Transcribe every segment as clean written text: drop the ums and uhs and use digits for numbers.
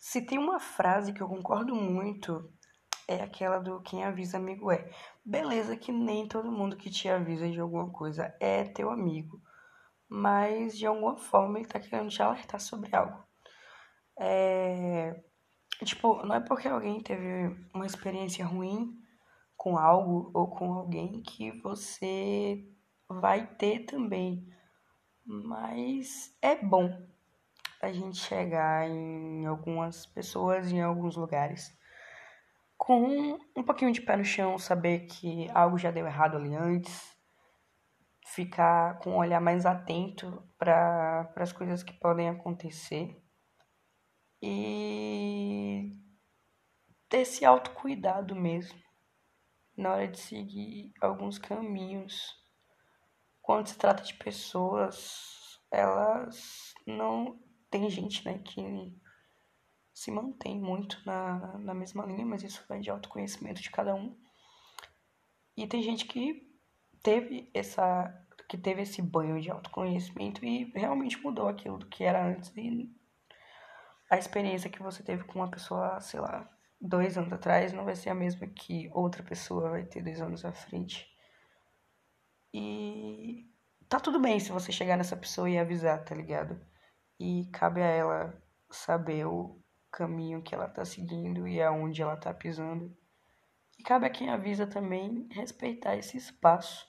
Se tem uma frase que eu concordo muito, é aquela do quem avisa amigo é. Beleza que nem todo mundo que te avisa de alguma coisa é teu amigo, mas de alguma forma ele tá querendo te alertar sobre algo. É... Tipo, não é porque alguém teve uma experiência ruim com algo ou com alguém que você vai ter também. Mas é bom a gente chegar em algumas pessoas, em alguns lugares, com um pouquinho de pé no chão, saber que algo já deu errado ali antes, ficar com um olhar mais atento para as coisas que podem acontecer e ter esse autocuidado mesmo na hora de seguir alguns caminhos. Quando se trata de pessoas, elas não. Tem gente, né, que se mantém muito na mesma linha, mas isso vai de autoconhecimento de cada um. E tem gente que teve esse banho de autoconhecimento e realmente mudou aquilo do que era antes. E a experiência que você teve com uma pessoa, sei lá, 2 anos atrás, não vai ser a mesma que outra pessoa vai ter 2 anos à frente. E tá tudo bem se você chegar nessa pessoa e avisar, tá ligado? E cabe a ela saber o caminho que ela tá seguindo e aonde ela tá pisando. E cabe a quem avisa também respeitar esse espaço.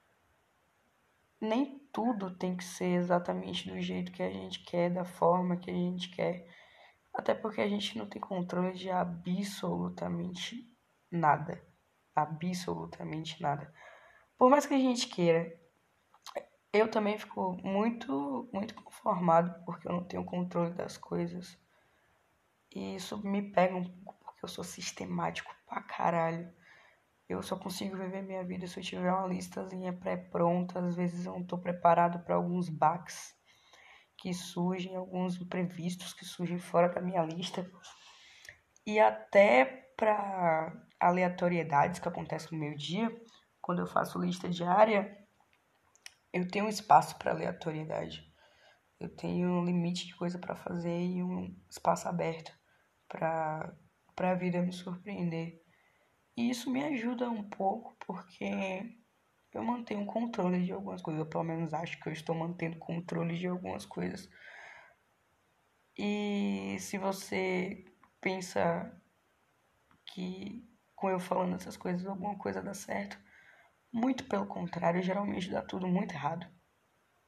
Nem tudo tem que ser exatamente do jeito que a gente quer, da forma que a gente quer. Até porque a gente não tem controle de absolutamente nada. Absolutamente nada. Por mais que a gente queira, eu também fico muito conformado porque eu não tenho controle das coisas. E isso me pega um pouco porque eu sou sistemático pra caralho. Eu só consigo viver minha vida se eu tiver uma listazinha pré-pronta. Às vezes eu não tô preparado para alguns baques que surgem, alguns imprevistos que surgem fora da minha lista. E até para aleatoriedades que acontecem no meu dia, quando eu faço lista diária, eu tenho um espaço para aleatoriedade. Eu tenho um limite de coisa para fazer e um espaço aberto para a vida me surpreender. E isso me ajuda um pouco porque eu mantenho controle de algumas coisas. Eu pelo menos acho que eu estou mantendo controle de algumas coisas. E se você pensa que com eu falando essas coisas alguma coisa dá certo, muito pelo contrário, geralmente dá tudo muito errado.